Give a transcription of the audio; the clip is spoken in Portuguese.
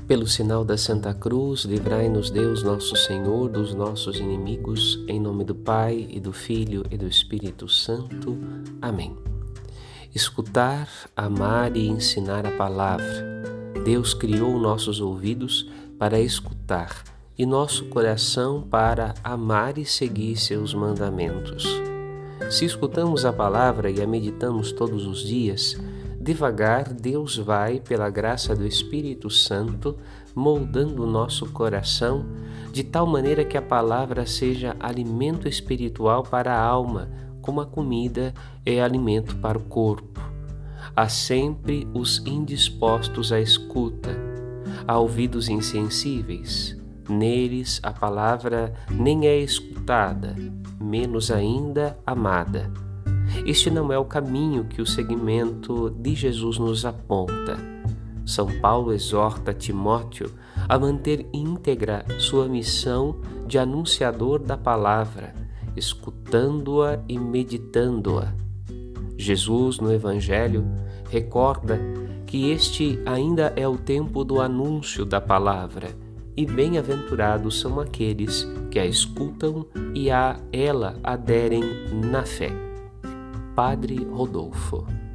Pelo sinal da Santa Cruz, livrai-nos Deus nosso Senhor dos nossos inimigos, em nome do Pai, e do Filho, e do Espírito Santo. Amém. Escutar, amar e ensinar a palavra. Deus criou nossos ouvidos para escutar e nosso coração para amar e seguir seus mandamentos. Se escutamos a palavra e a meditamos todos os dias, devagar Deus vai, pela graça do Espírito Santo, moldando o nosso coração de tal maneira que a palavra seja alimento espiritual para a alma, como a comida é alimento para o corpo. Há sempre os indispostos à escuta, há ouvidos insensíveis. Neles a palavra nem é escutada, menos ainda amada. Este não é o caminho que o seguimento de Jesus nos aponta. São Paulo exorta Timóteo a manter íntegra sua missão de anunciador da palavra, escutando-a e meditando-a. Jesus, no Evangelho, recorda que este ainda é o tempo do anúncio da palavra, e bem-aventurados são aqueles que a escutam e a ela aderem na fé. Padre Rodolfo.